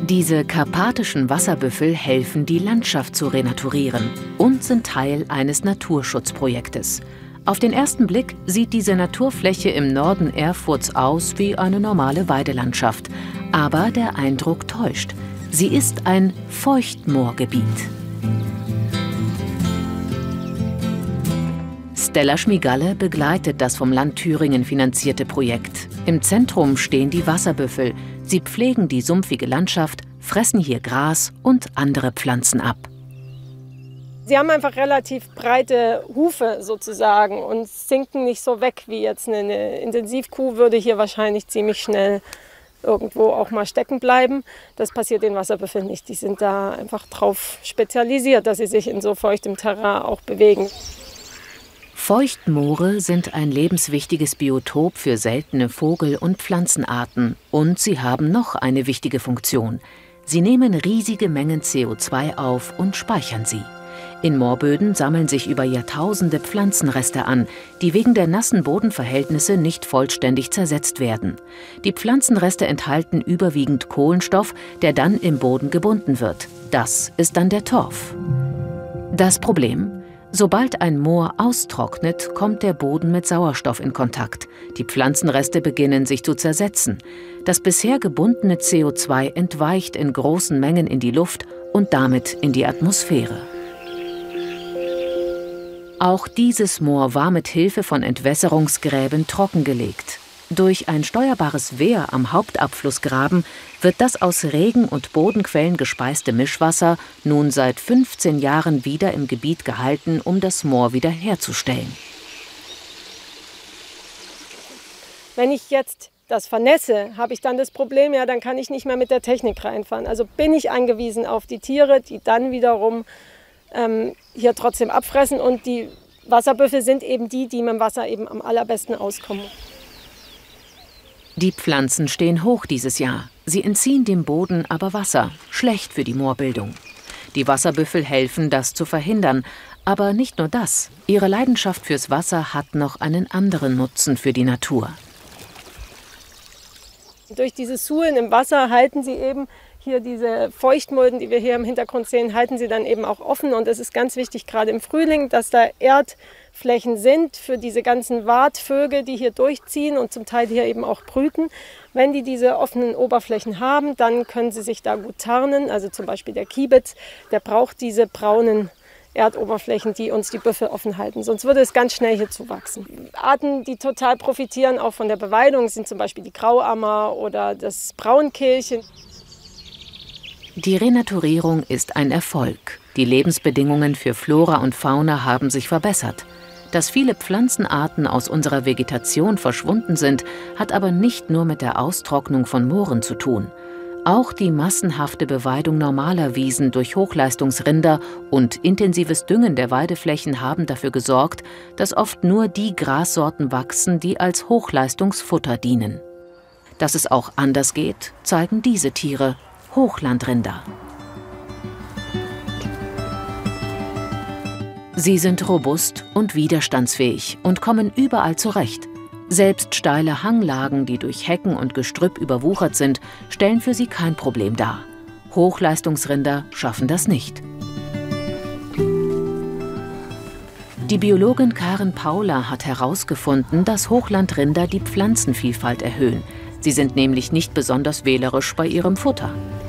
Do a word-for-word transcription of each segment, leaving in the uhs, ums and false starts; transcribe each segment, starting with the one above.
Diese karpatischen Wasserbüffel helfen, die Landschaft zu renaturieren und sind Teil eines Naturschutzprojektes. Auf den ersten Blick sieht diese Naturfläche im Norden Erfurts aus wie eine normale Weidelandschaft. Aber der Eindruck täuscht. Sie ist ein Feuchtmoorgebiet. Stella Schmigalle begleitet das vom Land Thüringen finanzierte Projekt. Im Zentrum stehen die Wasserbüffel. Sie pflegen die sumpfige Landschaft, fressen hier Gras und andere Pflanzen ab. Sie haben einfach relativ breite Hufe sozusagen und sinken nicht so weg wie jetzt eine Intensivkuh würde hier wahrscheinlich ziemlich schnell irgendwo auch mal stecken bleiben. Das passiert den Wasserbüffeln nicht. Die sind da einfach drauf spezialisiert, dass sie sich in so feuchtem Terrain auch bewegen. Feuchtmoore sind ein lebenswichtiges Biotop für seltene Vogel- und Pflanzenarten. Und sie haben noch eine wichtige Funktion. Sie nehmen riesige Mengen C O zwei auf und speichern sie. In Moorböden sammeln sich über Jahrtausende Pflanzenreste an, die wegen der nassen Bodenverhältnisse nicht vollständig zersetzt werden. Die Pflanzenreste enthalten überwiegend Kohlenstoff, der dann im Boden gebunden wird. Das ist dann der Torf. Das Problem? Sobald ein Moor austrocknet, kommt der Boden mit Sauerstoff in Kontakt. Die Pflanzenreste beginnen sich zu zersetzen. Das bisher gebundene C O zwei entweicht in großen Mengen in die Luft und damit in die Atmosphäre. Auch dieses Moor war mit Hilfe von Entwässerungsgräben trockengelegt. Durch ein steuerbares Wehr am Hauptabflussgraben wird das aus Regen- und Bodenquellen gespeiste Mischwasser nun seit fünfzehn Jahren wieder im Gebiet gehalten, um das Moor wiederherzustellen. Wenn ich jetzt das vernässe, habe ich dann das Problem, ja, dann kann ich nicht mehr mit der Technik reinfahren. Also bin ich angewiesen auf die Tiere, die dann wiederum ähm, hier trotzdem abfressen. Und die Wasserbüffel sind eben die, die mit dem Wasser eben am allerbesten auskommen. Die Pflanzen stehen hoch dieses Jahr. Sie entziehen dem Boden aber Wasser, schlecht für die Moorbildung. Die Wasserbüffel helfen, das zu verhindern. Aber nicht nur das. Ihre Leidenschaft fürs Wasser hat noch einen anderen Nutzen für die Natur. Durch dieses Suhlen im Wasser halten sie eben hier diese Feuchtmulden, die wir hier im Hintergrund sehen, halten sie dann eben auch offen. Und es ist ganz wichtig, gerade im Frühling, dass da Erdflächen sind für diese ganzen Wartvögel, die hier durchziehen und zum Teil hier eben auch brüten. Wenn die diese offenen Oberflächen haben, dann können sie sich da gut tarnen. Also zum Beispiel der Kiebitz, der braucht diese braunen Erdoberflächen, die uns die Büffel offen halten. Sonst würde es ganz schnell hier zuwachsen. Arten, die total profitieren auch von der Beweidung, sind zum Beispiel die Grauammer oder das Braunkehlchen. Die Renaturierung ist ein Erfolg. Die Lebensbedingungen für Flora und Fauna haben sich verbessert. Dass viele Pflanzenarten aus unserer Vegetation verschwunden sind, hat aber nicht nur mit der Austrocknung von Mooren zu tun. Auch die massenhafte Beweidung normaler Wiesen durch Hochleistungsrinder und intensives Düngen der Weideflächen haben dafür gesorgt, dass oft nur die Grassorten wachsen, die als Hochleistungsfutter dienen. Dass es auch anders geht, zeigen diese Tiere, Hochlandrinder. Sie sind robust und widerstandsfähig und kommen überall zurecht. Selbst steile Hanglagen, die durch Hecken und Gestrüpp überwuchert sind, stellen für sie kein Problem dar. Hochleistungsrinder schaffen das nicht. Die Biologin Karen Paula hat herausgefunden, dass Hochlandrinder die Pflanzenvielfalt erhöhen. Sie sind nämlich nicht besonders wählerisch bei ihrem Futter.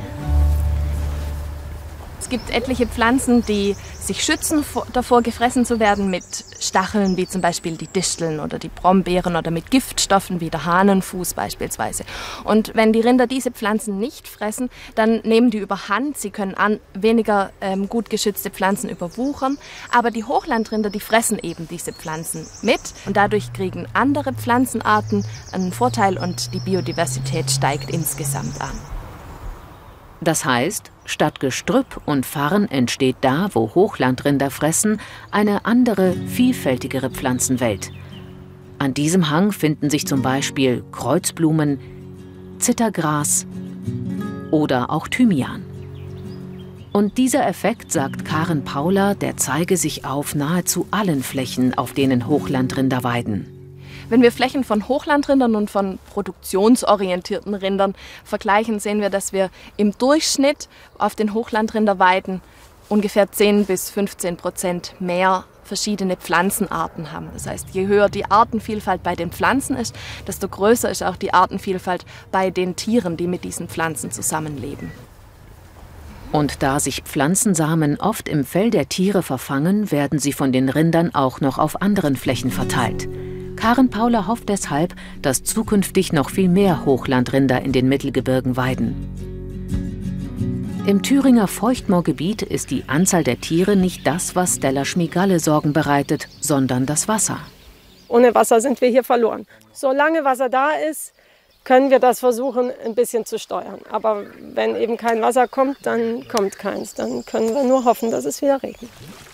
Es gibt etliche Pflanzen, die sich schützen davor, gefressen zu werden mit Stacheln, wie zum Beispiel die Disteln oder die Brombeeren oder mit Giftstoffen wie der Hahnenfuß beispielsweise. Und wenn die Rinder diese Pflanzen nicht fressen, dann nehmen die überhand. Sie können an, weniger ähm, gut geschützte Pflanzen überwuchern. Aber die Hochlandrinder, die fressen eben diese Pflanzen mit. Und dadurch kriegen andere Pflanzenarten einen Vorteil und die Biodiversität steigt insgesamt an. Das heißt, statt Gestrüpp und Farn entsteht da, wo Hochlandrinder fressen, eine andere, vielfältigere Pflanzenwelt. An diesem Hang finden sich zum Beispiel Kreuzblumen, Zittergras oder auch Thymian. Und dieser Effekt, sagt Karen Paula, der zeige sich auf nahezu allen Flächen, auf denen Hochlandrinder weiden. Wenn wir Flächen von Hochlandrindern und von produktionsorientierten Rindern vergleichen, sehen wir, dass wir im Durchschnitt auf den Hochlandrinderweiden ungefähr zehn bis fünfzehn Prozent mehr verschiedene Pflanzenarten haben. Das heißt, je höher die Artenvielfalt bei den Pflanzen ist, desto größer ist auch die Artenvielfalt bei den Tieren, die mit diesen Pflanzen zusammenleben. Und da sich Pflanzensamen oft im Fell der Tiere verfangen, werden sie von den Rindern auch noch auf anderen Flächen verteilt. Karen Paula hofft deshalb, dass zukünftig noch viel mehr Hochlandrinder in den Mittelgebirgen weiden. Im Thüringer Feuchtmoorgebiet ist die Anzahl der Tiere nicht das, was Stella Schmigalle Sorgen bereitet, sondern das Wasser. Ohne Wasser sind wir hier verloren. Solange Wasser da ist, können wir das versuchen, ein bisschen zu steuern. Aber wenn eben kein Wasser kommt, dann kommt keins. Dann können wir nur hoffen, dass es wieder regnet.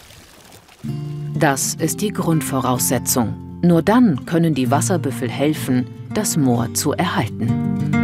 Das ist die Grundvoraussetzung. Nur dann können die Wasserbüffel helfen, das Moor zu erhalten.